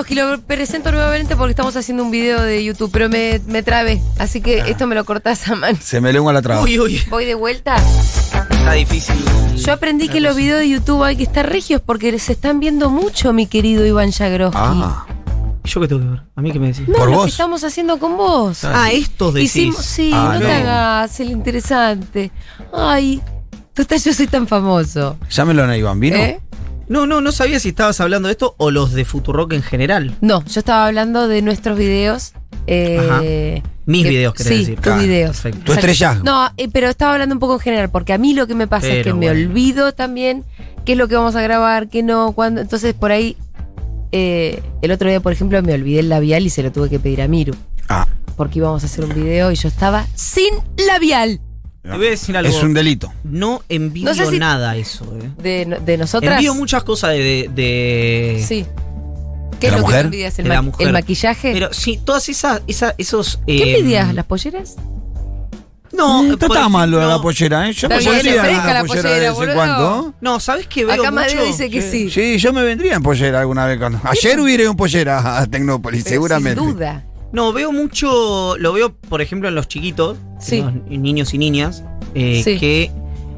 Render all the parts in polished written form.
que lo presento nuevamente porque estamos haciendo un video de YouTube, pero me trabé, así que esto me lo cortás a mano. Se me lengua la traba. Uy. Voy de vuelta. Está difícil. Yo aprendí que los videos de YouTube hay que estar regios porque se están viendo mucho, mi querido Iván Jagroski. ¿Yo qué tengo que ver? ¿A mí qué me decís? No, ¿Por lo vos? que estamos haciendo con vos. Estos decís. Sí, Ah, no no. te hagas el interesante. Ay, total, yo soy tan famoso. Llámelo a Iván, ¿vino? No sabía si estabas hablando de esto o los de Futurock en general. No, yo estaba hablando de nuestros videos. Mis videos, querés decir. Tus Claro, videos. perfecto. Tu estrellazgo. No, pero estaba hablando un poco en general, porque a mí lo que me pasa es que me olvido también qué es lo que vamos a grabar, qué no, cuándo. Entonces, por ahí, el otro día, por ejemplo, me olvidé el labial y se lo tuve que pedir a Miru. Porque íbamos a hacer un video y yo estaba sin labial. Te voy a decir algo. Es un delito. No envidio No sé si- nada eso. De nosotras. Envío muchas cosas de Sí. ¿Qué ¿De es la lo mujer? que envidias? De la mujer. ¿El maquillaje? Pero sí, todas esos. ¿Qué envidias? ¿Las polleras? No, No por está mal lo de ejemplo- la pollera, ¿eh? Yo Está me bien, pondría fresca una la pollera pollera, de vez en boludo. cuando. No, ¿sabes qué veo Acá mucho? Madeo dice que sí. Sí, yo me vendría en pollera alguna vez. Ayer hubiera ido en pollera a Tecnópolis, Pero seguramente. Sin duda. No, veo mucho. Lo veo, por ejemplo, en los chiquitos, Sí. en los niños y niñas, Sí. que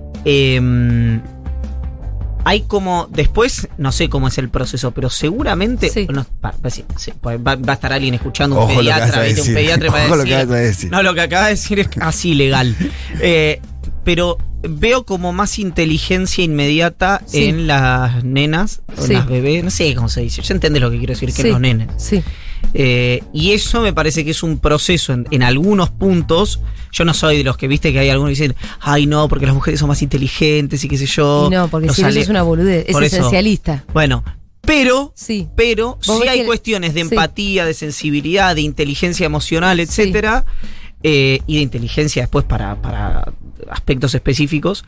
hay como. Después, no sé cómo es el proceso, pero seguramente. Sí. No, va a estar alguien escuchando, un Ojo lo que vas a pediatra, ¿viste? Un decir. pediatra va a Ojo lo decir. que vas a decir. No, lo que acaba de decir es así legal. Pero veo como más inteligencia inmediata Sí. en las nenas, o en Sí. las bebés, no sé cómo se dice. Ya entendés lo que quiero decir, que Sí. en los nenes. Sí. Y eso me parece que es un proceso en algunos puntos. Yo no soy de los que viste que hay algunos que dicen, ay no, porque las mujeres son más inteligentes y qué sé yo. Y no, porque Nos si no sale- es una boludez, es Por eso. esencialista. Bueno, pero Sí. Vos Vos sí ves hay que- cuestiones de sí. empatía, de sensibilidad, de inteligencia emocional, etcétera, y de inteligencia después para aspectos específicos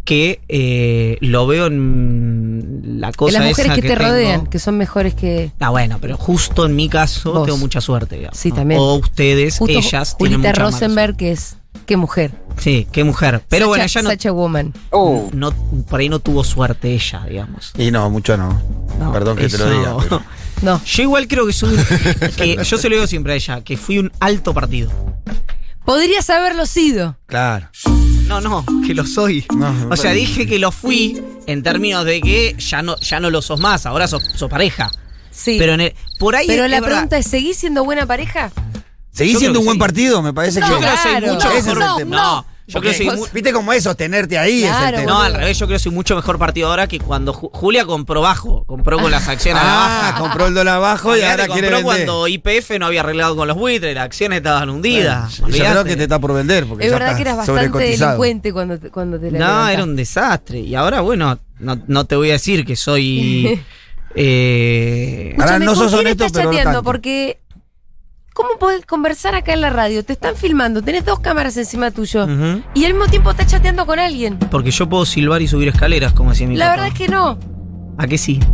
que lo veo en la En cosa las mujeres esa que te tengo. rodean, que son mejores que. Ah, bueno, pero justo en mi caso Vos. tengo mucha suerte, digamos. Sí, ¿no? también. O ustedes, Justo ellas, tienen Julita mucha mala Rosenberg, que es. Qué mujer. suerte. Sí, qué mujer. Pero bueno, ella Such a woman. no, por ahí no tuvo suerte ella, digamos. Y no, mucho no. No, Perdón que te lo eso- diga. pero- No. Yo igual creo que soy que yo se lo digo siempre a ella, que fui un alto partido. Podrías haberlo sido. Claro. No, que lo soy. No, O sea, dije que lo fui en términos de que ya no lo sos más, ahora sos pareja. Sí. Pero por ahí Pero es la verdad. pregunta es: ¿seguís siendo buena pareja? ¿Seguís Yo siendo creo un que buen sí. partido? Me parece No, que. Yo creo que soy claro. mucho Ese es mejor. el tema. No, yo creo que soy Viste cómo es sostenerte ahí. Claro, es el tema. no, al revés, yo creo que soy mucho mejor partido ahora que cuando Julia compró bajo, compró con las acciones a la baja. compró el dólar bajo y Olvidate, ahora quiere compró vender. cuando YPF no había arreglado con los buitres, las acciones estaban hundidas. Yo creo Olvidate. que te está por vender. Porque Es ya verdad que está eras bastante sobrecotizado. delincuente cuando te la No, levantaste. era un desastre. Y ahora, bueno, no te voy a decir que soy. Ahora no ¿con sos quién honesto, estás pero no chateando? tanto. Porque ¿cómo podés conversar acá en la radio? Te están filmando, tenés 2 cámaras encima tuyo Ujú. y al mismo tiempo estás chateando con alguien. Porque yo puedo silbar y subir escaleras, como decía mi La papá. verdad es que no. ¿A qué sí?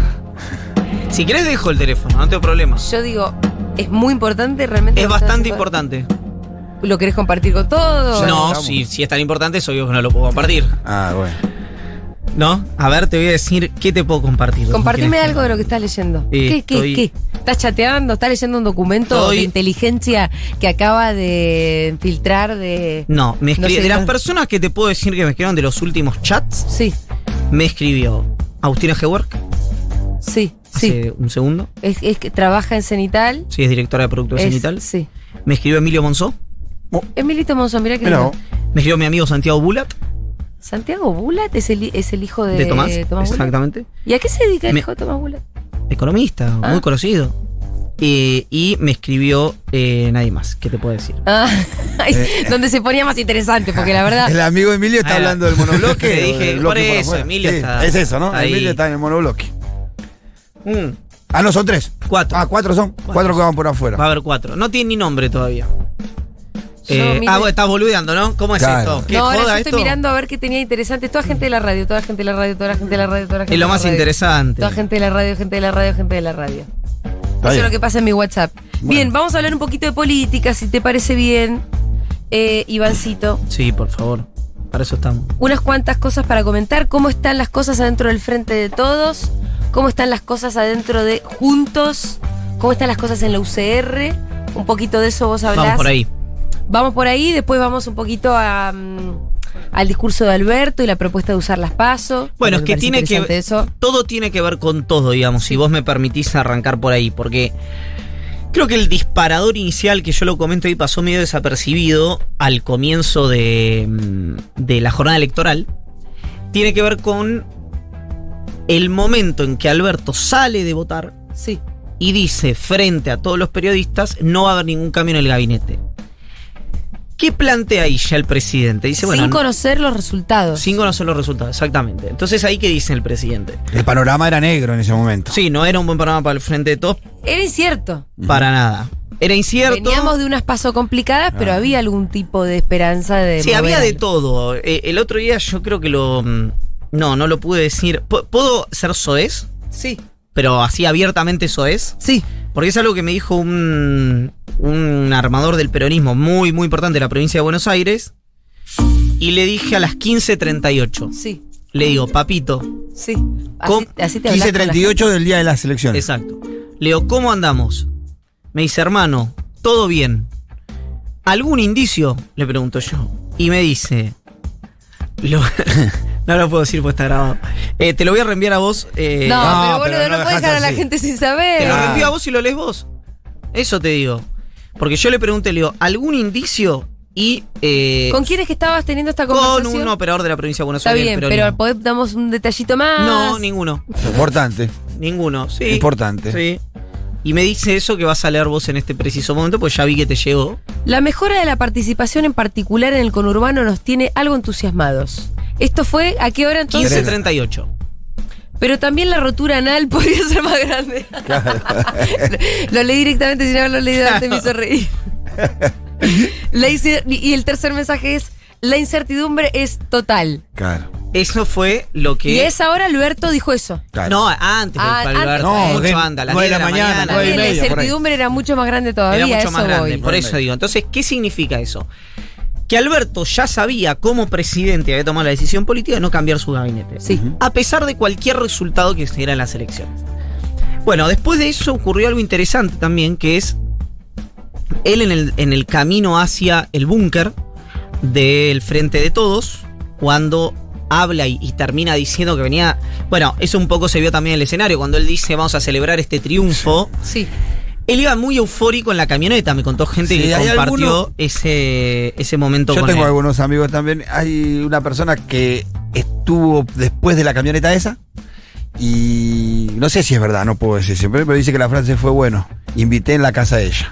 Si querés dejo el teléfono, no tengo problema. Yo digo, es muy importante realmente. Es lo que estás bastante haciendo. importante. ¿Lo querés compartir con todos? No, estamos. si es tan importante, es obvio que no lo puedo compartir. Ah, bueno. ¿No? A ver, te voy a decir qué te puedo compartir. Compartime ¿Querés? algo de lo que estás leyendo. Estoy- ¿Qué? ¿Estás chateando? ¿Estás leyendo un documento Estoy- de inteligencia que acaba de filtrar de. No, me escribió. sé, de las no- personas que te puedo decir que me escribieron de los últimos chats, Sí, me escribió Agustina Gewerk sí, sí. hace un segundo. Es que trabaja en Cenital. Sí, es directora de producto de Cenital. Sí. Me escribió Emilio Monzó. Emilito Monzón, mirá que Mirá lindo. vos. Me escribió mi amigo Santiago Bulat, Santiago Bulat es el hijo de, de Tomás. Bulat. Exactamente. ¿Y a qué se dedica el Me- hijo de Tomás Bulat? Economista, Ah. muy conocido. Y me escribió nadie más. ¿Qué te puedo decir? Ah, ay, donde se ponía más interesante, porque la verdad. El amigo Emilio está Ah, hablando del monobloque. te o dije, del por bloque eso, afuera. Emilio Sí, está es eso, ¿no? ahí. Emilio está en el monobloque. Mm, Ah, no, son 3. 4. Ah, 4 son. 4 que van por afuera. Va a haber 4. No tiene ni nombre todavía. Yo, mire- Bueno, estás boludeando, ¿no? ¿Cómo es Claro. esto? ¿Qué No, ahora yo joda estoy esto? mirando a ver qué tenía interesante. Toda gente de la radio, toda gente de la radio, toda la gente de la radio, toda la gente Es de lo la más radio. interesante. Toda gente de la radio, gente de la radio, gente de la radio. Eso es bien. lo que pasa en mi WhatsApp. Bien, vamos a hablar un poquito de política, si te parece bien, Ivancito. Sí, por favor. Para eso estamos. Unas cuantas cosas para comentar. ¿Cómo están las cosas adentro del Frente de Todos? ¿Cómo están las cosas adentro de Juntos? cómo están las cosas en la UCR. Un poquito de eso vos hablás. Vamos por ahí. Vamos por ahí, después vamos un poquito al discurso de Alberto y la propuesta de usar las PASO. Bueno, es que tiene que todo tiene que ver con todo, digamos, si vos me permitís arrancar por ahí, porque creo que el disparador inicial, que yo lo comento ahí, pasó medio desapercibido al comienzo de la jornada electoral, tiene que ver con el momento en que Alberto sale de votar y dice frente a todos los periodistas, no va a haber ningún cambio en el gabinete. ¿Qué plantea ahí ya el presidente? Dice, bueno, sin conocer los resultados. Sin conocer los resultados, exactamente. Entonces, ¿ahí qué dice el presidente? El panorama era negro en ese momento. Sí, no era un buen panorama para el frente de todos. Era incierto. Para nada. Era incierto. Veníamos de unas PASO complicadas, pero había algún tipo de esperanza de... Sí, había de todo. El otro día yo creo que no lo pude decir. ¿Puedo ser soez? Sí. Pero así abiertamente soez. Sí. Porque es algo que me dijo un armador del peronismo muy, muy importante de la provincia de Buenos Aires. Y le dije a las 15:38. Sí. Le digo, papito. Sí. Así te 15:38 del día de las elecciones. Exacto. Le digo, ¿cómo andamos? Me dice, hermano, todo bien. ¿Algún indicio? Le pregunto yo. Y me dice... No lo puedo decir porque está grabado. Te lo voy a reenviar a vos. No, pero boludo, no podés dejar a la gente sin saber. Te lo reenvío a vos y lo lees vos. Eso te digo. Porque yo le pregunté, le digo, ¿algún indicio? Y... ¿Con quién es que estabas teniendo esta conversación? Con un operador de la provincia de Buenos Aires. Está bien, pero damos un detallito más. No, ninguno. Importante. Ninguno, sí. Importante. Sí. Y me dice eso que vas a leer vos en este preciso momento, pues ya vi que te llegó. La mejora de la participación en particular en el conurbano nos tiene algo entusiasmados. ¿Esto fue a qué hora entonces? 15:38. Pero también la rotura anal podría ser más grande. Claro. Lo leí directamente sin haberlo leído antes, me hizo reír. Y el tercer mensaje es: la incertidumbre es total. Claro. Eso fue lo que... Y a esa hora Alberto dijo eso. Claro. No, antes. Antes. No, mucho antes, a las 9 de la mañana. La incertidumbre era mucho más grande todavía. Era mucho más grande, voy. por eso digo. Entonces, ¿qué significa eso? Que Alberto ya sabía como presidente había tomado la decisión política de no cambiar su gabinete. Sí. A pesar de cualquier resultado que se diera en las elecciones. Bueno, después de eso ocurrió algo interesante también, que es él en el camino hacia el búnker del Frente de Todos, cuando habla y termina diciendo que venía... Bueno, eso un poco se vio también en el escenario, cuando él dice vamos a celebrar este triunfo. Sí. Él iba muy eufórico en la camioneta, me contó gente que compartió ese momento con él. Yo tengo algunos amigos también. Hay una persona que estuvo después de la camioneta esa y no sé si es verdad, no puedo decir siempre, pero dice que la frase fue, bueno, invité en la casa de ella.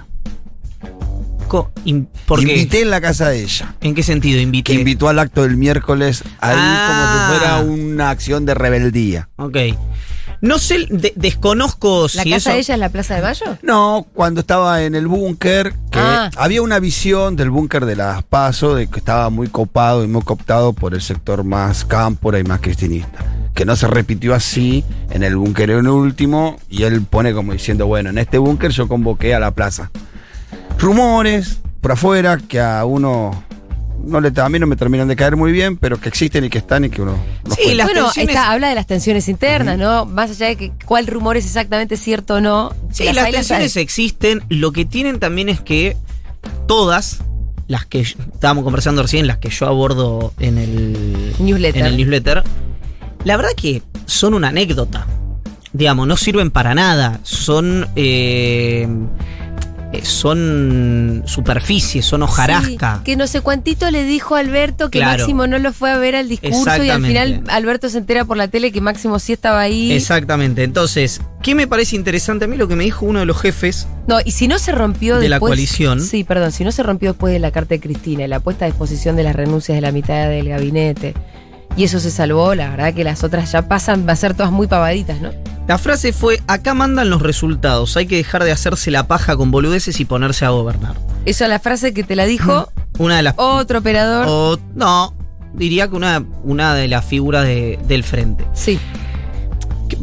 ¿Por qué? Invité en la casa de ella. ¿En qué sentido invité? Que invitó al acto del miércoles ahí como si fuera una acción de rebeldía. Ok. No sé, desconozco si ¿La casa eso... de ella es la Plaza de Mayo? No, cuando estaba en el búnker, que había una visión del búnker de las PASO, de que estaba muy copado y muy cooptado por el sector más cámpora y más cristinista. Que no se repitió así en el búnker en el último, y él pone como diciendo, bueno, en este búnker yo convoqué a la plaza. Rumores por afuera que a uno... a mí no me terminan de caer muy bien, pero que existen y que están y que uno... Sí, las tensiones... habla de las tensiones internas, ¿no? Más allá de que cuál rumor es exactamente cierto o no. Sí, las tensiones existen. Lo que tienen también es que todas las que estábamos conversando recién, las que yo abordo en el newsletter, la verdad que son una anécdota. Digamos, no sirven para nada. Son superficie, son hojarasca. Sí, que no sé cuántito le dijo a Alberto que Máximo no lo fue a ver al discurso y al final Alberto se entera por la tele que Máximo sí estaba ahí. Exactamente. Entonces, ¿qué me parece interesante a mí? Lo que me dijo uno de los jefes. No, y si no se rompió de después, la coalición. Sí, perdón, si no se rompió después de la carta de Cristina y la puesta a disposición de las renuncias de la mitad del gabinete, y eso se salvó, la verdad que las otras ya pasan a ser todas muy pavaditas, ¿no? La frase fue, acá mandan los resultados, hay que dejar de hacerse la paja con boludeces y ponerse a gobernar. Esa es la frase que te la dijo una de las... otro operador. No, diría que una de las figuras del frente. Sí.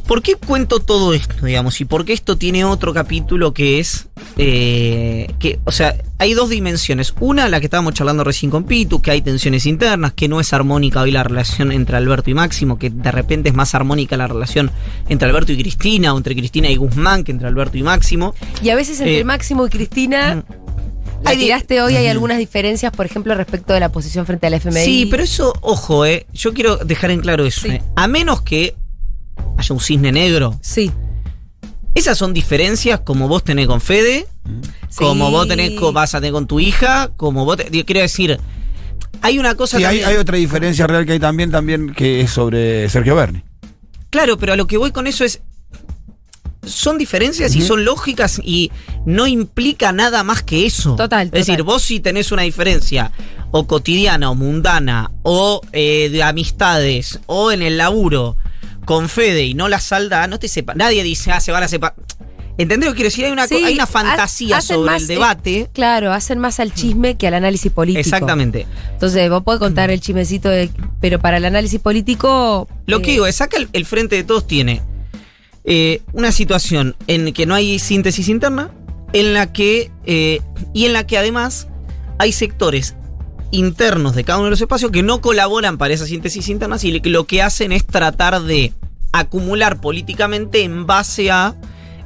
¿Por qué cuento todo esto, digamos? Y por qué esto tiene otro capítulo que es... o sea, hay dos dimensiones. Una, la que estábamos charlando recién con Pitu, que hay tensiones internas, que no es armónica hoy la relación entre Alberto y Máximo, que de repente es más armónica la relación entre Alberto y Cristina, o entre Cristina y Guzmán, que entre Alberto y Máximo. Y a veces entre Máximo y Cristina... La tiraste hoy, hay algunas diferencias, por ejemplo, respecto de la posición frente al FMI. Sí, pero eso, ojo, yo quiero dejar en claro eso. Sí. A menos que haya un cisne negro. Sí. Esas son diferencias como vos tenés con Fede, como vos vas a tener con tu hija, como vos quiero decir, hay una cosa también. Hay otra diferencia real que hay también que es sobre Sergio Berni. Claro, pero a lo que voy con eso es, son diferencias y son lógicas y no implica nada más que eso. Total. Es decir, vos si tenés una diferencia o cotidiana o mundana o de amistades o en el laburo con Fede y no la salda, no te sepa. Nadie dice, se van a separar. ¿Entendés lo que quiero decir? Hay una fantasía sobre más, el debate. Claro, hacen más al chisme que al análisis político. Exactamente. Entonces, vos podés contar el chismecito, pero para el análisis político... Lo que digo es, acá el Frente de Todos tiene una situación en que no hay síntesis interna, en la que además hay sectores internos de cada uno de los espacios que no colaboran para esas síntesis internas y lo que hacen es tratar de acumular políticamente en base a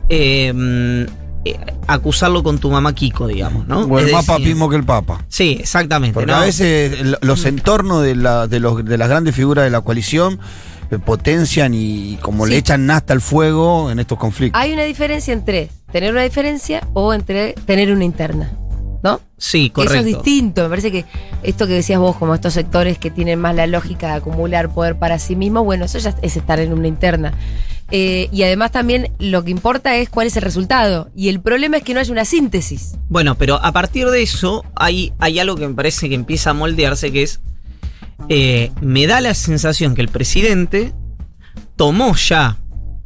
acusarlo con tu mamá Kiko, digamos, ¿no? O el más papismo que el Papa. Sí, exactamente. Porque a veces los entornos de las grandes figuras de la coalición potencian y como le echan nafta al fuego en estos conflictos. Hay una diferencia entre tener una diferencia o entre tener una interna, ¿no? Sí, correcto. Eso es distinto. Me parece que esto que decías vos, como estos sectores que tienen más la lógica de acumular poder para sí mismos, bueno, eso ya es estar en una interna. Y además también lo que importa es cuál es el resultado. Y el problema es que no hay una síntesis. Bueno, pero a partir de eso hay algo que me parece que empieza a moldearse, que es me da la sensación que el presidente tomó ya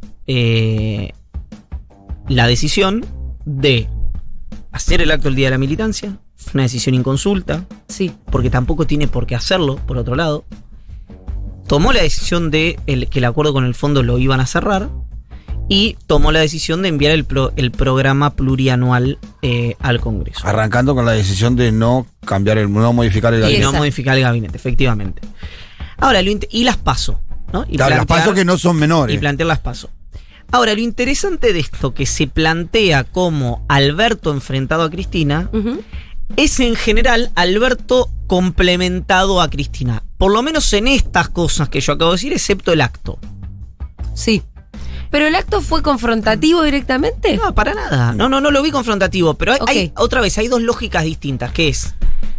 la decisión de hacer el acto el día de la militancia. Fue una decisión inconsulta. Sí. Porque tampoco tiene por qué hacerlo, por otro lado. Tomó la decisión de que el acuerdo con el fondo lo iban a cerrar. Y tomó la decisión de enviar el programa plurianual al Congreso. Arrancando con la decisión de no modificar el gabinete. Y no modificar el gabinete, efectivamente. Ahora, y las PASO, ¿no? Y las PASO que no son menores. Y plantear las PASO. Ahora, lo interesante de esto que se plantea como Alberto enfrentado a Cristina, es en general Alberto complementado a Cristina. Por lo menos en estas cosas que yo acabo de decir, excepto el acto. Sí. ¿Pero el acto fue confrontativo directamente? No, para nada. No lo vi confrontativo. Pero hay dos lógicas distintas, que es...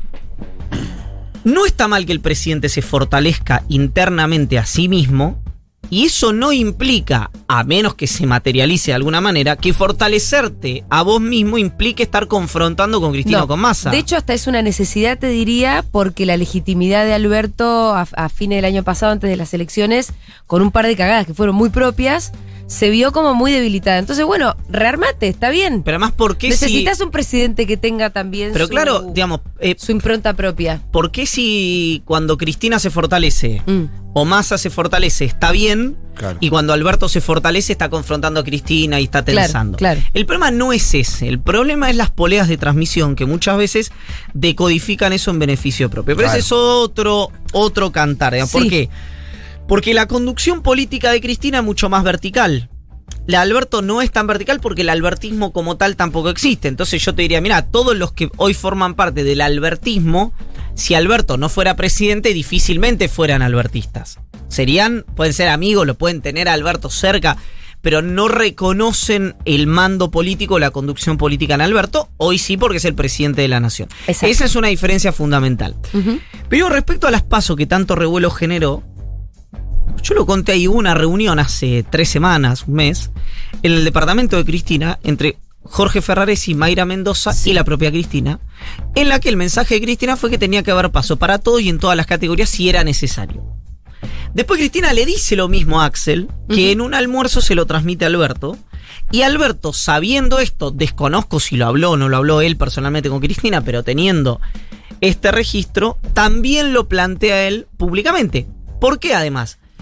No está mal que el presidente se fortalezca internamente a sí mismo, y eso no implica, a menos que se materialice de alguna manera, que fortalecerte a vos mismo implique estar confrontando con Cristina o con Massa. De hecho, hasta es una necesidad, te diría, porque la legitimidad de Alberto a fines del año pasado, antes de las elecciones, con un par de cagadas que fueron muy propias, se vio como muy debilitada. Entonces, bueno, rearmate, está bien. Pero además, ¿por qué necesitas un presidente que tenga también su impronta propia? ¿Por qué si cuando Cristina se fortalece o Massa se fortalece está bien, claro, y cuando Alberto se fortalece está confrontando a Cristina y está tensando? Claro. El problema no es ese. El problema es las poleas de transmisión que muchas veces decodifican eso en beneficio propio. Pero ese es otro cantar. ¿Sí? ¿Por qué? Porque la conducción política de Cristina es mucho más vertical. La de Alberto no es tan vertical porque el albertismo como tal tampoco existe. Entonces yo te diría, mira, todos los que hoy forman parte del albertismo, si Alberto no fuera presidente, difícilmente fueran albertistas. Pueden ser amigos, lo pueden tener a Alberto cerca, pero no reconocen el mando político, la conducción política en Alberto. Hoy sí, porque es el presidente de la nación. Exacto. Esa es una diferencia fundamental. Pero respecto a las PASO que tanto revuelo generó, yo lo conté ahí, hubo una reunión hace 3 semanas, un mes, en el departamento de Cristina, entre Jorge Ferraresi, Mayra Mendoza y la propia Cristina, en la que el mensaje de Cristina fue que tenía que haber paso para todos y en todas las categorías si era necesario. Después Cristina le dice lo mismo a Axel, que en un almuerzo se lo transmite a Alberto, y Alberto, sabiendo esto, desconozco si lo habló o no lo habló él personalmente con Cristina, pero teniendo este registro, también lo plantea él públicamente. ¿Por qué además?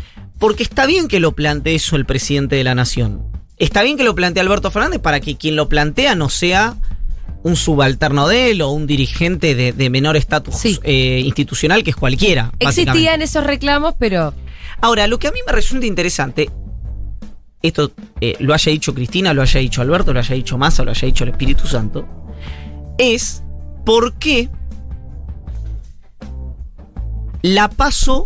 Porque está bien que lo plantee eso el presidente de la Nación. Está bien que lo plantee Alberto Fernández para que quien lo plantea no sea un subalterno de él o un dirigente de menor estatus institucional, que es cualquiera. Existían esos reclamos, pero... Ahora, lo que a mí me resulta interesante, esto lo haya dicho Cristina, lo haya dicho Alberto, lo haya dicho Massa, lo haya dicho el Espíritu Santo, es por qué la PASO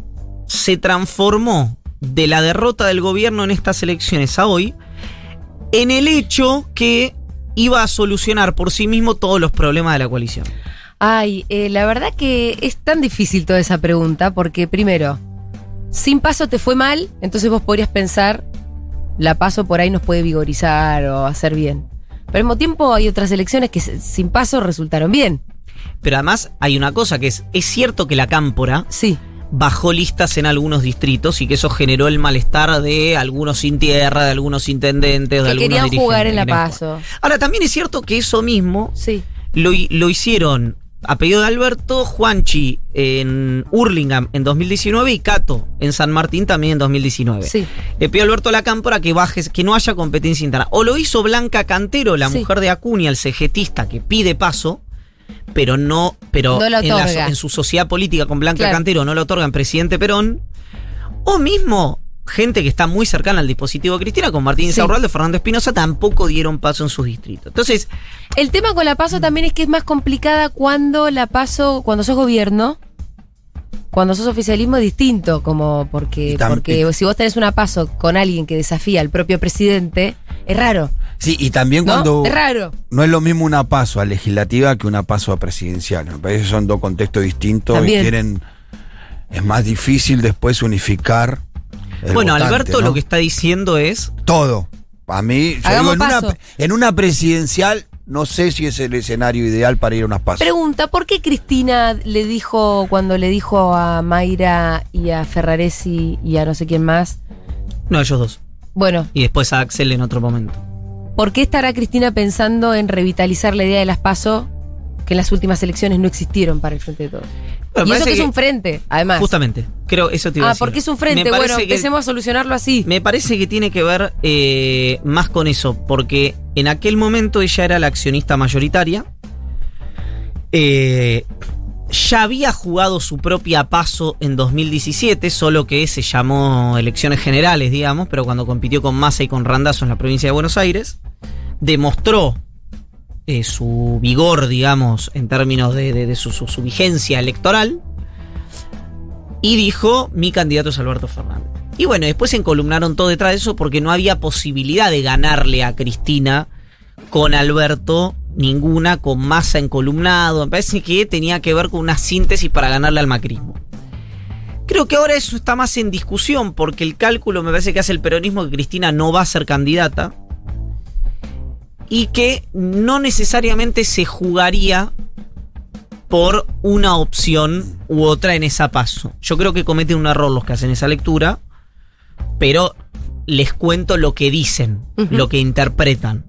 se transformó de la derrota del gobierno en estas elecciones a hoy en el hecho que iba a solucionar por sí mismo todos los problemas de la coalición. Ay, la verdad que es tan difícil toda esa pregunta, porque primero, sin PASO te fue mal, entonces vos podrías pensar, la PASO por ahí nos puede vigorizar o hacer bien. Pero al mismo tiempo hay otras elecciones que sin PASO resultaron bien. Pero además hay una cosa que es cierto que la Cámpora bajó listas en algunos distritos y que eso generó el malestar de algunos sin tierra, de algunos intendentes, de algunos dirigentes. Que querían jugar en la PASO. Ahora, también es cierto que eso mismo lo hicieron a pedido de Alberto, Juanchi en Hurlingham en 2019 y Cato en San Martín también en 2019. Le pidió a Alberto a la Cámpora que baje, que no haya competencia interna. O lo hizo Blanca Cantero, la mujer de Acuña, el cegetista, que pide PASO, pero no en su sociedad política con Blanca Cantero no lo otorgan presidente Perón. O mismo gente que está muy cercana al dispositivo de Cristina, con Martín Insaurralde, Fernando Espinosa, tampoco dieron PASO en sus distritos. Entonces, el tema con la PASO también es que es más complicada cuando sos gobierno, cuando sos oficialismo es distinto, como porque si vos tenés una PASO con alguien que desafía al propio presidente, es raro. Sí, y también cuando... Es raro. No es lo mismo una PASO a legislativa que una PASO a presidencial. Me parece que son dos contextos distintos también. Es más difícil después unificar. Bueno, votante, Alberto lo que está diciendo es... Todo. A mí, yo digo, en una presidencial, no sé si es el escenario ideal para ir a unas PASO. Pregunta, ¿por qué Cristina cuando le dijo a Mayra y a Ferraresi y a no sé quién más? No, ellos dos. Bueno. Y después a Axel en otro momento. ¿Por qué estará Cristina pensando en revitalizar la idea de las PASO que en las últimas elecciones no existieron para el Frente de Todos? Bueno, y eso que es un frente, además. Justamente, creo eso te iba a decir. Porque es un frente, bueno, empecemos a solucionarlo así. Me parece que tiene que ver más con eso, porque en aquel momento ella era la accionista mayoritaria. Ya había jugado su propia PASO en 2017, solo que se llamó elecciones generales, digamos, pero cuando compitió con Massa y con Randazzo en la provincia de Buenos Aires, demostró su vigor, digamos, en términos de su vigencia electoral, y dijo, mi candidato es Alberto Fernández. Y bueno, después se encolumnaron todo detrás de eso porque no había posibilidad de ganarle a Cristina con Alberto, ninguna, con Massa encolumnado. Me parece que tenía que ver con una síntesis para ganarle al macrismo. Creo que ahora eso está más en discusión, porque el cálculo me parece que hace el peronismo que Cristina no va a ser candidata y que no necesariamente se jugaría por una opción u otra en esa PASO. Yo creo que cometen un error los que hacen esa lectura, pero les cuento lo que dicen, lo que interpretan.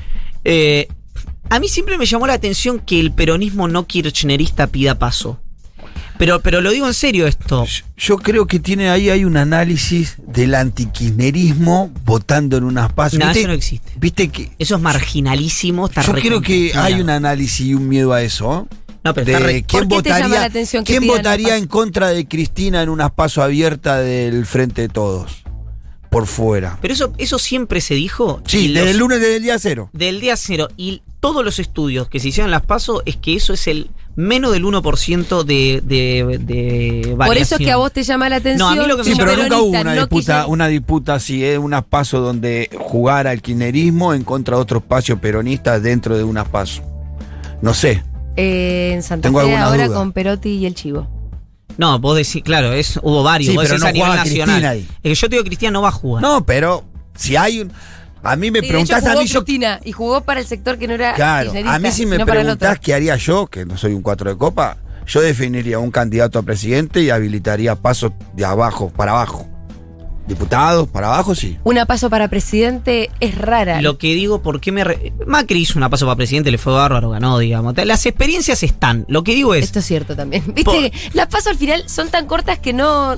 A mí siempre me llamó la atención que el peronismo no kirchnerista pida PASO. Pero lo digo en serio esto. Yo creo que hay un análisis del antikirchnerismo votando en unas PASO. No, eso no existe. ¿Viste que eso es marginalísimo? Yo creo que hay un análisis y un miedo a eso. No, pero de quién votaría en contra de Cristina en unas PASO abiertas del Frente de Todos. Por fuera. Pero eso siempre se dijo. Sí, desde el lunes, desde el día cero. Del día cero. Y todos los estudios que se hicieron en las PASO es que eso es el menos del 1% de variación. Por eso es que a vos te llama la atención. No, a mí lo que sí, pero nunca hubo una disputa así, unas PASO donde jugara el kirchnerismo en contra de otros espacios peronistas dentro de unas PASO. No sé. En Santa Fe ahora duda. Con Perotti y el Chivo. No, vos decís, claro, hubo varios. Sí, pero no a nivel nacional. Ahí. Es que yo te digo que Cristina no va a jugar. No, pero si hay un... A mí me preguntás a mí... Cristina, y jugó para el sector que no era... Claro, a mí si me preguntás qué haría yo, que no soy un 4 de copa, yo definiría un candidato a presidente y habilitaría PASO de abajo para abajo. Diputados, para abajo, sí. Una PASO para presidente es rara. Lo que digo, ¿por qué Macri hizo una PASO para presidente, le fue bárbaro, ganó, digamos. Las experiencias están. Lo que digo es... Esto es cierto también. Viste, las PASO al final son tan cortas que no...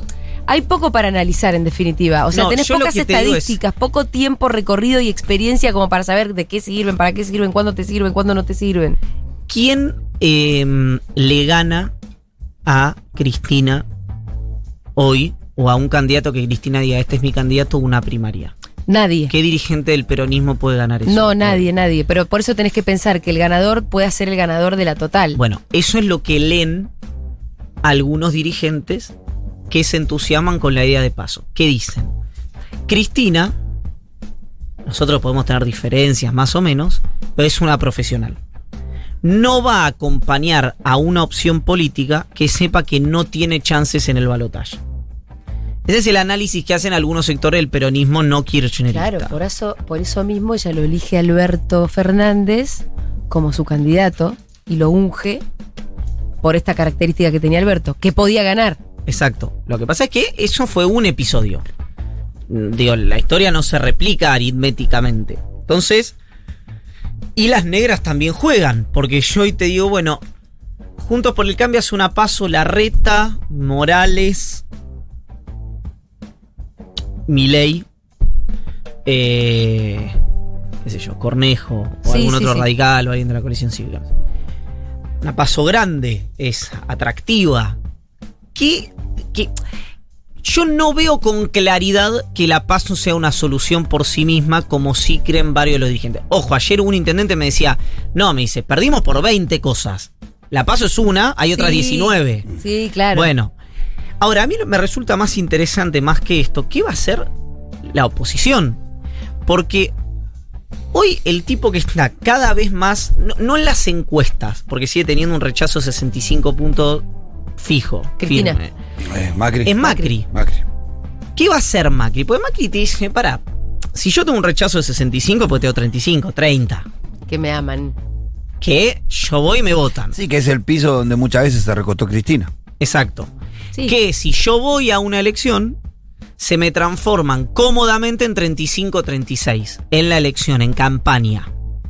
Hay poco para analizar, en definitiva. O sea, tenés pocas estadísticas, poco tiempo recorrido y experiencia como para saber de qué sirven, para qué sirven, cuándo te sirven, cuándo no te sirven. ¿Quién le gana a Cristina hoy, o a un candidato que Cristina diga, este es mi candidato, una primaria? Nadie. ¿Qué dirigente del peronismo puede ganar eso? No, nadie. Pero por eso tenés que pensar que el ganador puede ser el ganador de la total. Bueno, eso es lo que leen algunos dirigentes que se entusiasman con la idea de Paso. ¿Qué dicen? Cristina, nosotros podemos tener diferencias más o menos, pero es una profesional. No va a acompañar a una opción política que sepa que no tiene chances en el balotaje. Ese es el análisis que hacen algunos sectores del peronismo no kirchnerista. Claro, por eso mismo ella lo elige Alberto Fernández como su candidato y lo unge por esta característica que tenía Alberto, que podía ganar. Exacto. Lo que pasa es que eso fue un episodio. Digo, la historia no se replica aritméticamente. Entonces, y las negras también juegan, porque yo hoy te digo, bueno, Juntos por el Cambio hace una Paso Larreta, Morales, Milei, qué sé yo, Cornejo, o algún otro radical, o alguien de la coalición cívica. Una Paso grande, es atractiva. Que yo no veo con claridad que la Paso sea una solución por sí misma, como sí creen varios de los dirigentes. Ojo, ayer un intendente me decía, no, me dice, perdimos por 20 cosas. La Paso es una, hay otras 19. Sí, claro. Bueno, ahora a mí me resulta más interesante, más que esto, ¿qué va a hacer la oposición? Porque hoy el tipo que está cada vez más, no en las encuestas, porque sigue teniendo un rechazo de 65 puntos fijo. Cristina. Macri. Es Macri. ¿Qué va a hacer Macri? Porque Macri te dice, pará, si yo tengo un rechazo de 65, pues tengo 35, 30. Que me aman. Que yo voy y me votan. Sí, que es el piso donde muchas veces se recostó Cristina. Exacto. Sí. Que si yo voy a una elección, se me transforman cómodamente en 35-36 en la elección, en campaña.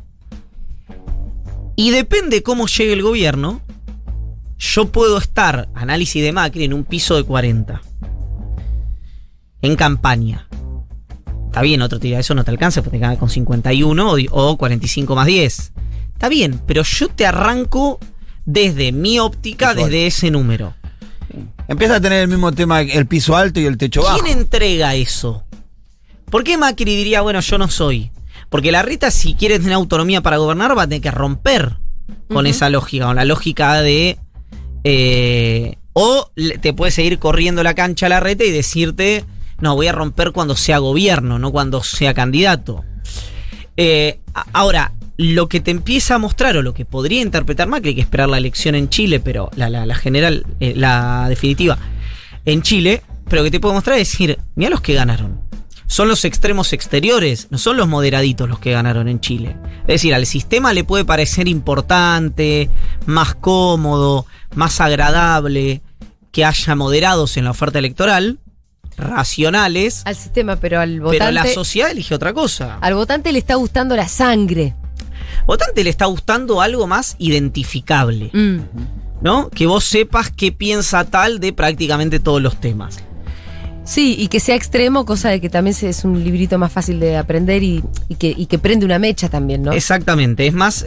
Y depende cómo llegue el gobierno, yo puedo estar, análisis de Macri, en un piso de 40. En campaña. Está bien, otro tira, eso no te alcanza, porque te ganas con 51 o 45 más 10. Está bien, pero yo te arranco desde mi óptica, desde ese número. Empieza a tener el mismo tema, el piso alto y el techo bajo. ¿Quién entrega eso? ¿Por qué Macri diría, bueno, yo no soy? Porque Larreta, si quiere tener autonomía para gobernar, va a tener que romper con esa lógica, con la lógica de... o te puede seguir corriendo la cancha Larreta y decirte, no, voy a romper cuando sea gobierno, no cuando sea candidato. Ahora, lo que te empieza a mostrar, o lo que podría interpretar Macri, hay que esperar la elección en Chile, pero la general, la definitiva en Chile, pero que te puede mostrar es decir, mira los que ganaron. Son los extremos exteriores, no son los moderaditos los que ganaron en Chile. Es decir, al sistema le puede parecer importante, más cómodo, más agradable que haya moderados en la oferta electoral, racionales. Al sistema, pero al votante... Pero la sociedad elige otra cosa. Al votante le está gustando la sangre. Al votante le está gustando algo más identificable, ¿no? Que vos sepas qué piensa tal de prácticamente todos los temas. Sí, y que sea extremo, cosa de que también es un librito más fácil de aprender y que prende una mecha también, ¿no? Exactamente, es más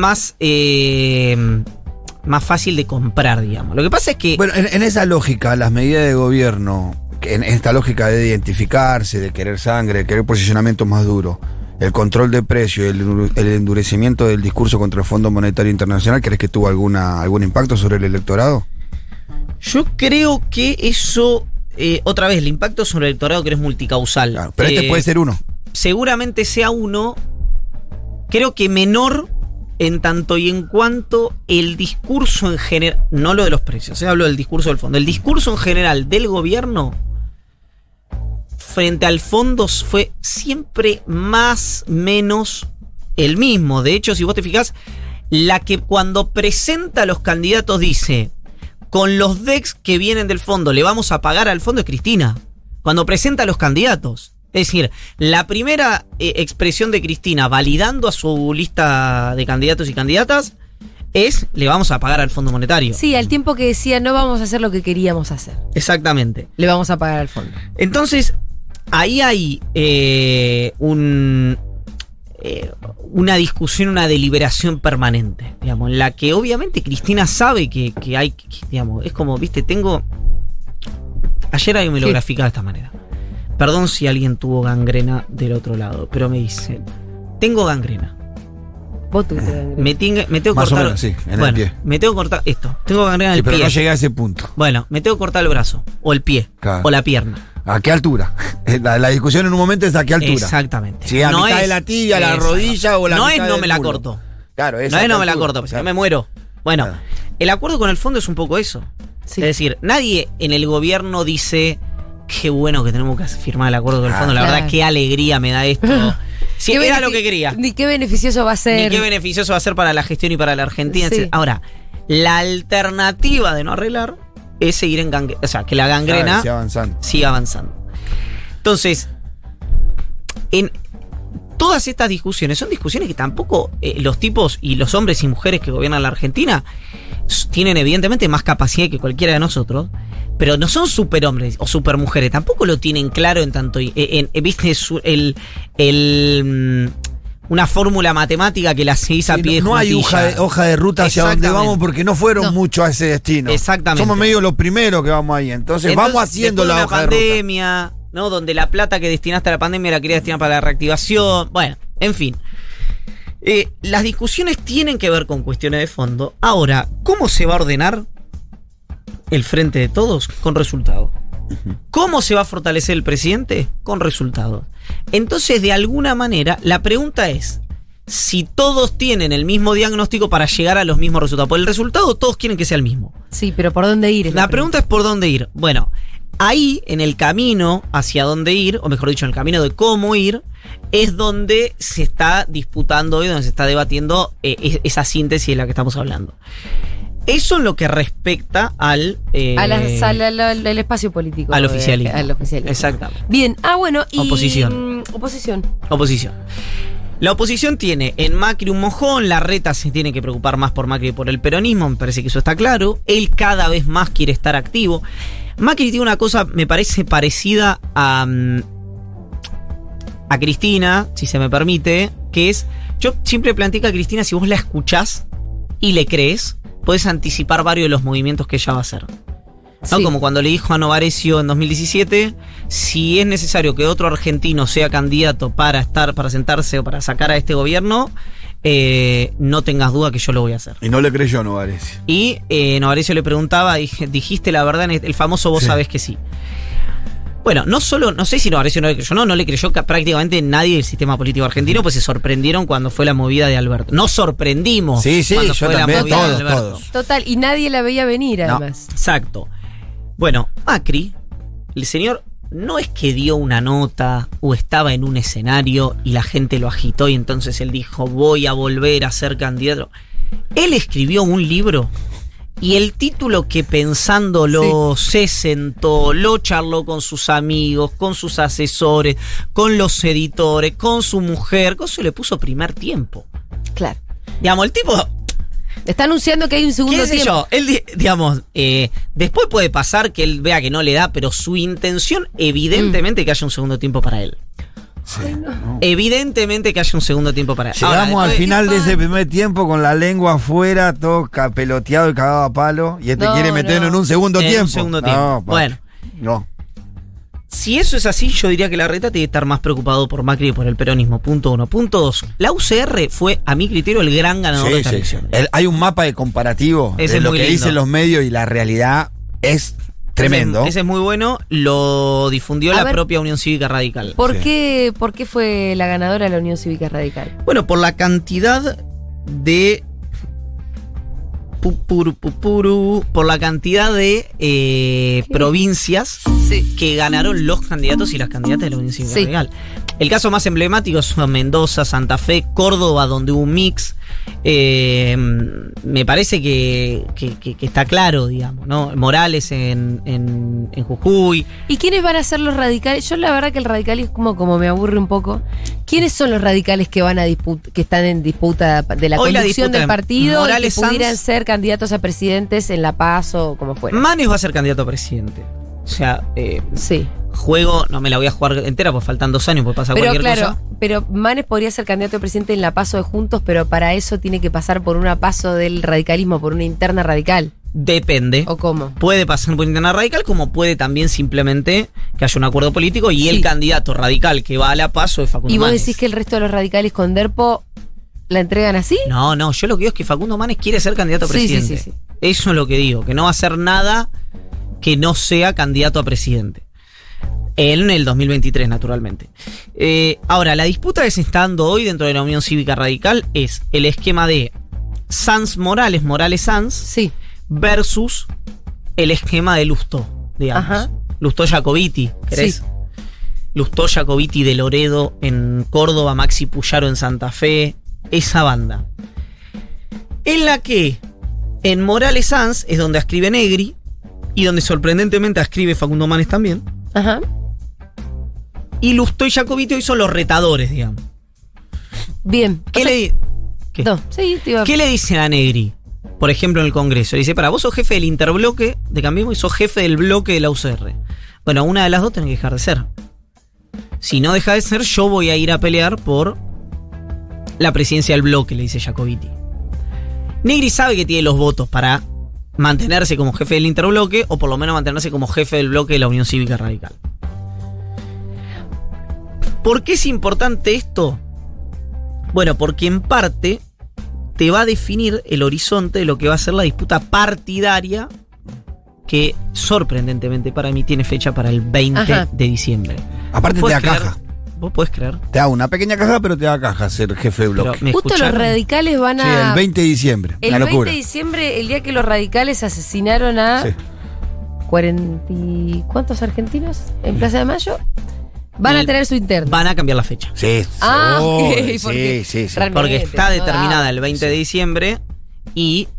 fácil de comprar, digamos. Lo que pasa es que... Bueno, en esa lógica, las medidas de gobierno, en esta lógica de identificarse, de querer sangre, de querer posicionamientos más duros, el control de precios, el endurecimiento del discurso contra el Fondo Monetario Internacional, ¿crees que tuvo algún impacto sobre el electorado? Yo creo que eso... otra vez, el impacto sobre el electorado que es multicausal. Claro, pero este puede ser uno. Seguramente sea uno, creo que menor en tanto y en cuanto el discurso en general, no lo de los precios, hablo del discurso del fondo, el discurso en general del gobierno frente al fondo fue siempre más menos el mismo. De hecho, si vos te fijás, la que cuando presenta a los candidatos dice... Con los DEX que vienen del fondo, le vamos a pagar al fondo, es Cristina. Cuando presenta a los candidatos. Es decir, la primera expresión de Cristina validando a su lista de candidatos y candidatas le vamos a pagar al Fondo Monetario. Sí, al tiempo que decía no vamos a hacer lo que queríamos hacer. Exactamente. Le vamos a pagar al fondo. Entonces, ahí hay una discusión, una deliberación permanente, digamos, en la que obviamente Cristina sabe que hay, digamos, es como, viste, ayer alguien me lo graficaba de esta manera. Perdón si alguien tuvo gangrena del otro lado, pero me dice, tengo gangrena. Vos tuviste gangrena. Me tengo que Más cortar. o menos, sí, en bueno, el pie. me tengo que cortar esto. Tengo gangrena en el Pero pie. no llegué a ese punto. Bueno, me tengo que cortar el brazo, o el pie, Claro. o la pierna. ¿A qué altura? La discusión en un momento es a qué altura. Exactamente. Si a mitad de la tibia, la rodilla o la no mitad es no del me la culo. corto. Claro, No es no me la corto, porque si no me muero. Bueno, Claro. el acuerdo con el fondo es un poco eso. Sí. Es decir, nadie en el gobierno dice qué bueno que tenemos que firmar el acuerdo con el fondo. La Claro. verdad, qué alegría me da esto. Si ¿Qué era lo que quería. Ni qué beneficioso va a ser. Ni qué beneficioso va a ser para la gestión y para la Argentina. Sí. Etc. Ahora, la alternativa de no arreglar es seguir en gangrena. O sea, que la gangrena Claro, sigue avanzando. siga avanzando. Entonces, en todas estas discusiones son discusiones que tampoco los tipos y los hombres y mujeres que gobiernan la Argentina tienen evidentemente más capacidad que cualquiera de nosotros, pero no son superhombres o supermujeres, tampoco lo tienen claro en tanto viste una fórmula matemática que la seguís a Sí, pie de no hay juntilla. hoja de ruta hacia donde Exactamente. vamos porque no fueron No. muchos a ese destino. Exactamente. Somos medio los primeros que vamos ahí. Entonces vamos haciendo después de la una hoja de ruta. pandemia, ¿no? Donde la plata que destinaste a la pandemia la querías destinar para la reactivación. Bueno, en fin. Las discusiones tienen que ver con cuestiones de fondo. Ahora, ¿cómo se va a ordenar el frente de todos? Con resultados. ¿Cómo se va a fortalecer el presidente? Con resultados. Entonces, de alguna manera, la pregunta es si todos tienen el mismo diagnóstico para llegar a los mismos resultados. Por el resultado, todos quieren que sea el mismo. Sí, pero ¿por dónde ir? La pregunta es por dónde ir. Bueno, ahí en el camino hacia dónde ir, o mejor dicho, en el camino de cómo ir, es donde se está disputando y donde se está debatiendo esa síntesis de la que estamos hablando. Eso en lo que respecta al al espacio político. al oficialismo. Al oficialismo. Exactamente. Bien, bueno, y... Oposición. Oposición. La oposición tiene en Macri un mojón, Larreta se tiene que preocupar más por Macri que por el peronismo, me parece que eso está claro. Él cada vez más quiere estar activo. Macri tiene una cosa, me parece, parecida a Cristina, si se me permite, que es, yo siempre planteé que a Cristina, si vos la escuchás y le crees, podés anticipar varios de los movimientos que ella va a hacer. ¿No? Sí. Como cuando le dijo a Novarecio en 2017, si es necesario que otro argentino sea candidato para sentarse o para sacar a este gobierno, no tengas duda que yo lo voy a hacer. Y no le creyó Novarecio. Y Novarecio le preguntaba, dijiste la verdad, el famoso vos sabés que sí. Bueno, no sé si Novarecio no le creyó, no le creyó prácticamente nadie del sistema político argentino, pues se sorprendieron cuando fue la movida de Alberto. Nos sorprendimos. Sí, cuando yo fue la también, movida de Alberto. todos. Total, y nadie la veía venir, No. además. Exacto. Bueno, Macri, el señor, no es que dio una nota o estaba en un escenario y la gente lo agitó y entonces él dijo, voy a volver a ser candidato. Él escribió un libro y el título que pensándolo se sentó, lo charló con sus amigos, con sus asesores, con los editores, con su mujer, con eso le puso Primer Tiempo. Claro. Digamos, el tipo... Está anunciando que hay un segundo ¿Qué sé tiempo. yo? Él, digamos, después puede pasar que él vea que no le da, pero su intención, evidentemente, que haya un segundo tiempo para él. Sí, no. Evidentemente que haya un segundo tiempo para él. Llegamos Ahora, al después- final de ese primer tiempo con la lengua afuera, todo peloteado y cagado a palo. Y No, quiere meterlo no. en un segundo En tiempo. un segundo tiempo. No, pa- Bueno. No. Si eso es así, yo diría que Larreta tiene que estar más preocupado por Macri que por el peronismo. Punto 1. Punto 2. La UCR fue, a mi criterio, el gran ganador de esta elección. Hay un mapa de comparativo Ese de es lo muy que lindo. dicen los medios y la realidad es tremendo. Ese es muy bueno. Lo difundió A la ver. propia Unión Cívica Radical. ¿Por Sí. qué fue la ganadora la Unión Cívica Radical? Bueno, por la cantidad de por la cantidad de provincias Sí. que ganaron los candidatos y las candidatas de la Unión Cívica Sí. Radical. El caso más emblemático son Mendoza, Santa Fe, Córdoba, donde hubo un mix. Me parece que está claro, digamos, ¿no? Morales en Jujuy. ¿Y quiénes van a ser los radicales? Yo la verdad que el radicalismo como me aburre un poco. ¿Quiénes son los radicales que van a que están en disputa de la conducción del partido Morales, y que pudieran ser candidatos a presidentes en La Paz o como fuera? Manes va a ser candidato a presidente. O sea, sí. Juego, no me la voy a jugar entera porque faltan 2 años, puede pasar cualquier cosa. Pero Manes podría ser candidato a presidente en la PASO de Juntos, pero para eso tiene que pasar por una PASO del radicalismo, por una interna radical. Depende. ¿O cómo? Puede pasar por interna radical, como puede también simplemente que haya un acuerdo político y el candidato radical que va a la PASO es Facundo Manes. ¿Y vos decís que el resto de los radicales con DERPO la entregan así? No, yo lo que digo es que Facundo Manes quiere ser candidato a presidente. Sí. Eso es lo que digo, que no va a hacer nada que no sea candidato a presidente. En el 2023, naturalmente. Ahora, la disputa que se está dando hoy dentro de la Unión Cívica Radical es el esquema de Sanz-Morales, Morales-Sanz, sí, versus el esquema de Lustó, digamos. Ajá. Lustó-Jacobiti, ¿querés? Sí. Lustó-Jacobiti de Loredo en Córdoba, Maxi Puyaro en Santa Fe, esa banda. En la que en Morales-Sanz es donde escribe Negri y donde sorprendentemente escribe Facundo Manes también. Ajá. Y Lustó y Jacobiti hoy son los retadores, digamos. Bien. ¿Qué le dicen a Negri? Por ejemplo, en el Congreso. Le dice, vos sos jefe del interbloque de Cambiemos y sos jefe del bloque de la UCR. Bueno, una de las dos tenés que dejar de ser. Si no deja de ser, yo voy a ir a pelear por la presidencia del bloque, le dice Jacobiti. Negri sabe que tiene los votos para mantenerse como jefe del interbloque o por lo menos mantenerse como jefe del bloque de la Unión Cívica Radical. ¿Por qué es importante esto? Bueno, porque en parte te va a definir el horizonte de lo que va a ser la disputa partidaria que, sorprendentemente para mí, tiene fecha para el 20 de diciembre. Aparte te da caja. ¿Vos podés creer? Te da una pequeña caja, pero te da caja ser jefe de bloque. Justo los radicales van a... Sí, el 20 de diciembre. El 20 de diciembre, el día que los radicales asesinaron a... Sí. 40... ¿Cuántos argentinos? En Plaza de Mayo. Van a tener su interno. Van a cambiar la fecha. Sí. Okay, sí. Porque está determinada el 20 de diciembre y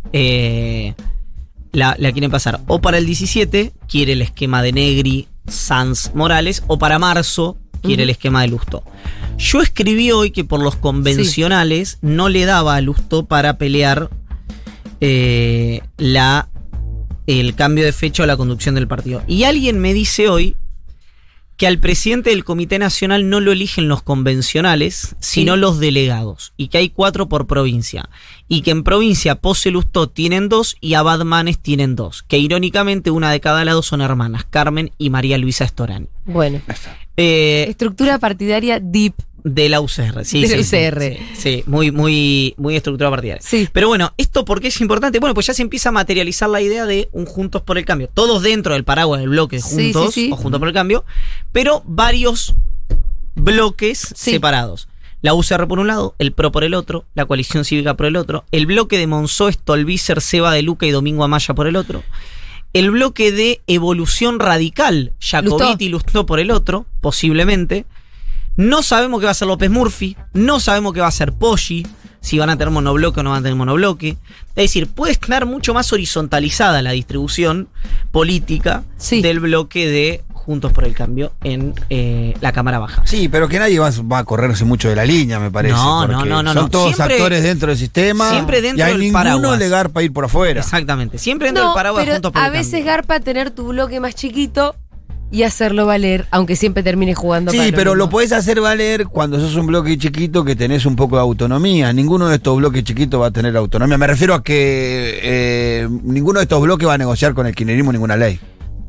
la quieren pasar o para el 17, quiere el esquema de Negri, Sanz, Morales, o para marzo quiere el esquema de Lustó. Yo escribí hoy que por los convencionales no le daba a Lustó para pelear el cambio de fecha o la conducción del partido. Y alguien me dice hoy que al presidente del Comité Nacional no lo eligen los convencionales, sino los delegados, y que hay 4 por provincia, y que en provincia Pose Lustó tienen 2 y Abad Manes tienen 2, que irónicamente una de cada lado son hermanas, Carmen y María Luisa Storani. Bueno, estructura partidaria deep. De la UCR, sí. De la UCR. Sí, muy estructura partidaria. Sí. Pero bueno, ¿esto por qué es importante? Bueno, pues ya se empieza a materializar la idea de un Juntos por el Cambio. Todos dentro del paraguas del bloque Juntos o Juntos por el Cambio, pero varios bloques separados. La UCR por un lado, el PRO por el otro, la Coalición Cívica por el otro, el bloque de Monzó, Stolbizer, Seba de Luca y Domingo Amaya por el otro, el bloque de Evolución Radical, Jacobiti y Lustó por el otro, posiblemente. No sabemos qué va a ser López Murphy, no sabemos qué va a ser Poggi, si van a tener monobloque o no van a tener monobloque. Es decir, puede estar mucho más horizontalizada la distribución política del bloque de Juntos por el Cambio en la Cámara Baja. Sí, pero que nadie va a correrse mucho de la línea, me parece. No. Son todos siempre, actores dentro del sistema. Siempre dentro del paraguas. Y a ninguno le garpa ir por afuera. Exactamente, siempre dentro del paraguas Juntos por el Cambio. A veces garpa tener tu bloque más chiquito y hacerlo valer, aunque siempre termine jugando. Sí, pero lo podés hacer valer cuando sos un bloque chiquito que tenés un poco de autonomía. Ninguno de estos bloques chiquitos va a tener autonomía. Me refiero a que ninguno de estos bloques va a negociar con el kirchnerismo ninguna ley.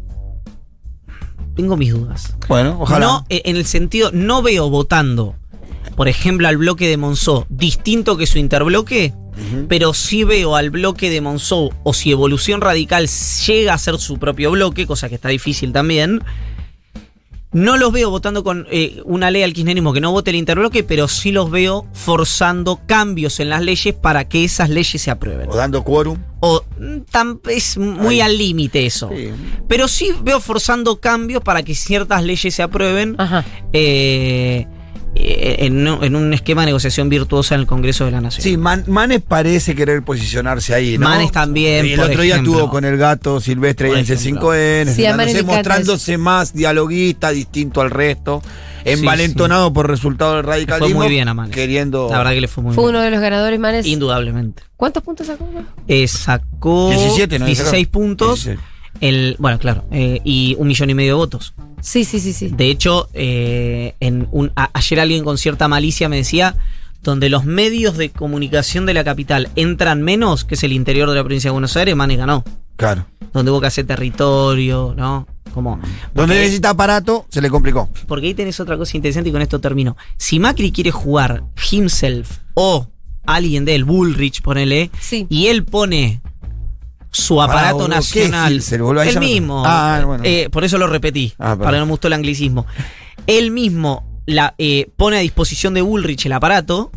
Tengo mis dudas. Bueno, ojalá. No, en el sentido, no veo votando, por ejemplo, al bloque de Monzó distinto que su interbloque, pero sí veo al bloque de Monzó, o si Evolución Radical llega a ser su propio bloque, cosa que está difícil también, no los veo votando con una ley al kirchnerismo que no vote el interbloque, pero sí los veo forzando cambios en las leyes para que esas leyes se aprueben. O dando quórum. Es muy al límite eso. Sí. Pero sí veo forzando cambios para que ciertas leyes se aprueben. en un esquema de negociación virtuosa en el Congreso de la Nación. Sí, Manes parece querer posicionarse ahí, ¿no? Manes también. Y el otro día estuvo con el gato Silvestre en C5N, Sí, mostrándose más dialoguista, distinto al resto, envalentonado por resultado del radicalismo. Le fue muy bien a Manes. Queriendo. La verdad que le fue muy bien. Fue uno de los ganadores, Manes. Indudablemente. ¿Cuántos puntos sacó? Sacó 17, ¿no? 16 puntos. 16. Bueno, claro. Y 1,5 millones de votos. Sí. De hecho, ayer alguien con cierta malicia me decía, donde los medios de comunicación de la capital entran menos, que es el interior de la provincia de Buenos Aires, Manes ganó. Claro. Donde hubo que hacer territorio, ¿no? Como, donde necesita aparato, se le complicó. Porque ahí tenés otra cosa interesante y con esto termino. Si Macri quiere jugar himself o alguien de él, Bullrich, ponele, y él pone su aparato nacional, el mismo, bueno. Por eso lo repetí, para que no me gustó el anglicismo. Él mismo pone a disposición de Bullrich el aparato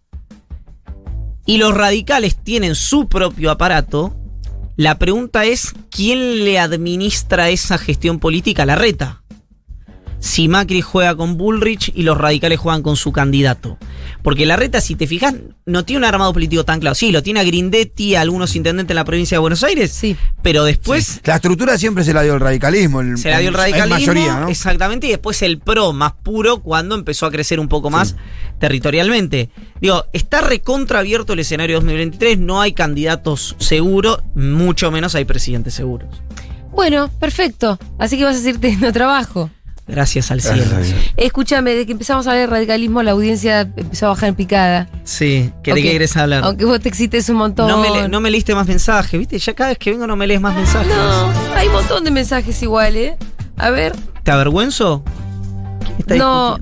y los radicales tienen su propio aparato. La pregunta es, ¿quién le administra esa gestión política? Larreta. Si Macri juega con Bullrich y los radicales juegan con su candidato. Porque Larreta, si te fijas, no tiene un armado político tan claro. Sí, lo tiene a Grindetti, a algunos intendentes en la provincia de Buenos Aires. Sí. Pero después... Sí. La estructura siempre se la dio el radicalismo. Se la dio el radicalismo, mayoría, ¿no? Exactamente. Y después el PRO más puro cuando empezó a crecer un poco más territorialmente. Digo, está recontra abierto el escenario 2023. No hay candidatos seguros, mucho menos hay presidentes seguros. Bueno, perfecto. Así que vas a seguir teniendo trabajo. Gracias al cielo. Escúchame, de que empezamos a hablar de radicalismo, la audiencia empezó a bajar en picada. Sí, ¿de qué querés hablar? Aunque vos te excites un montón. No me leíste más mensajes, ¿viste? Ya cada vez que vengo no me lees más mensajes. No, hay un montón de mensajes igual, ¿eh? A ver. ¿Te avergüenzo? No,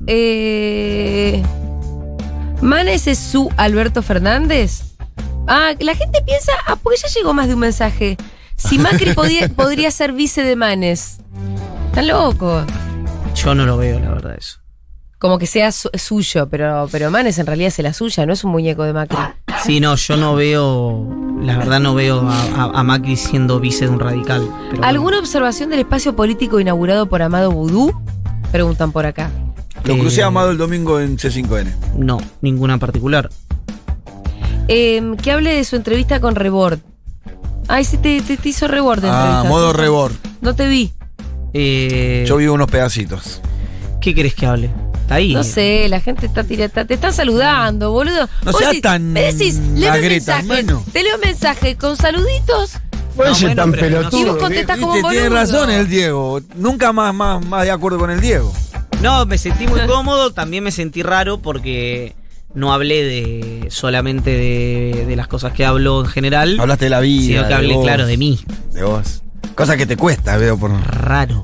¿Manes es su Alberto Fernández? Ah, la gente piensa, porque ya llegó más de un mensaje. Si Macri podría ser vice de Manes. Están locos. Yo no lo veo, la verdad, eso. Como que sea suyo, pero Manes en realidad es la suya, no es un muñeco de Macri. Sí, no, yo no veo, la verdad no veo a Macri siendo vice de un radical. ¿Alguna observación del espacio político inaugurado por Amado Vudú? Preguntan por acá. Lo crucé a Amado el domingo en C5N. No, ninguna particular. Que hable de su entrevista con Rebord. Ay, sí, te hizo Rebord de entrevista. Modo Rebord. No te vi. Yo vi unos pedacitos. ¿Qué querés que hable? Está ahí. No sé, la gente te está saludando, boludo. No seas tan me decís, léeme un mensaje. Te leo un mensaje con saluditos. Oye, tan pelotudo. Y vos contestás como boludo. Tiene razón el Diego. Nunca más de acuerdo con el Diego. No, me sentí muy cómodo. También me sentí raro porque no hablé solamente de las cosas que hablo en general. Hablaste de la vida. Sino que hablé, claro, de mí. De vos. Cosa que te cuesta, veo por... Raro.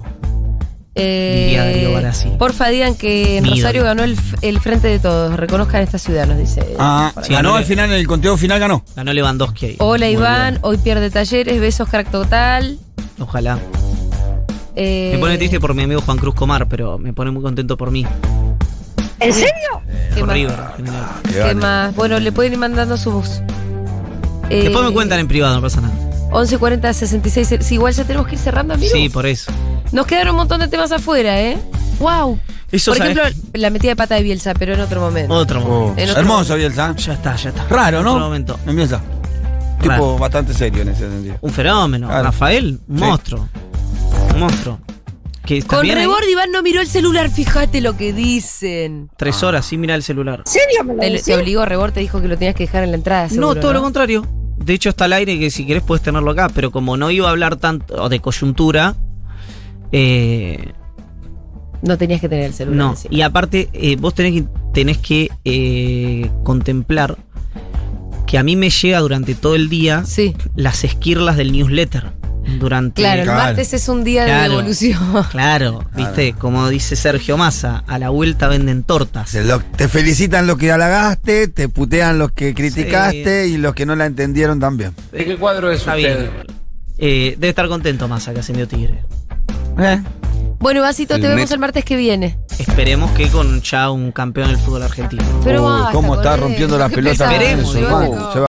Porfa, digan que en Rosario ganó el Frente de Todos. Reconozcan esta ciudad, nos dice. Sí, ganó al final, en el conteo final ganó. Ganó Lewandowski ahí. Hola, Iván, hoy pierde Talleres, besos, crack total. Ojalá. Me pone triste por mi amigo Juan Cruz Comar, pero me pone muy contento por mí. ¿En serio? Por River, ¿Qué más? Bueno, le pueden ir mandando sus... Después me cuentan en privado, no pasa nada. 1140 66. Sí, igual ya tenemos que ir cerrando, amigo. Sí, por eso. Nos quedaron un montón de temas afuera, ¿eh? ¡Wow! Eso, por ejemplo, la metida de pata de Bielsa, pero en otro momento. Hermoso Bielsa. Ya está. Raro, ¿no? En otro momento. En Bielsa. Tipo bastante serio en ese sentido. Un fenómeno. Claro. Rafael, un monstruo. Un monstruo. Con Rebord, Iván no miró el celular, fíjate lo que dicen. 3 horas sin mirar el celular. ¿En serio? Te obligó, Rebord te dijo que lo tenías que dejar en la entrada, seguro, No, todo lo contrario. De hecho está al aire que si querés puedes tenerlo acá, pero como no iba a hablar tanto de coyuntura, no tenías que tener el celular. No, encima. y aparte vos tenés que contemplar que a mí me llega durante todo el día las esquirlas del newsletter. Claro, el martes es un día de devolución. Claro, viste, como dice Sergio Massa, a la vuelta venden tortas. Te felicitan los que halagaste, te putean los que criticaste y los que no la entendieron también. ¿De qué cuadro es usted? Debe estar contento Massa, que ascendió Tigre. Bueno, Vasito, te vemos el martes que viene. Esperemos que con ya un campeón del fútbol argentino. Pero ¿cómo está rompiendo las pelotas? Esperemos.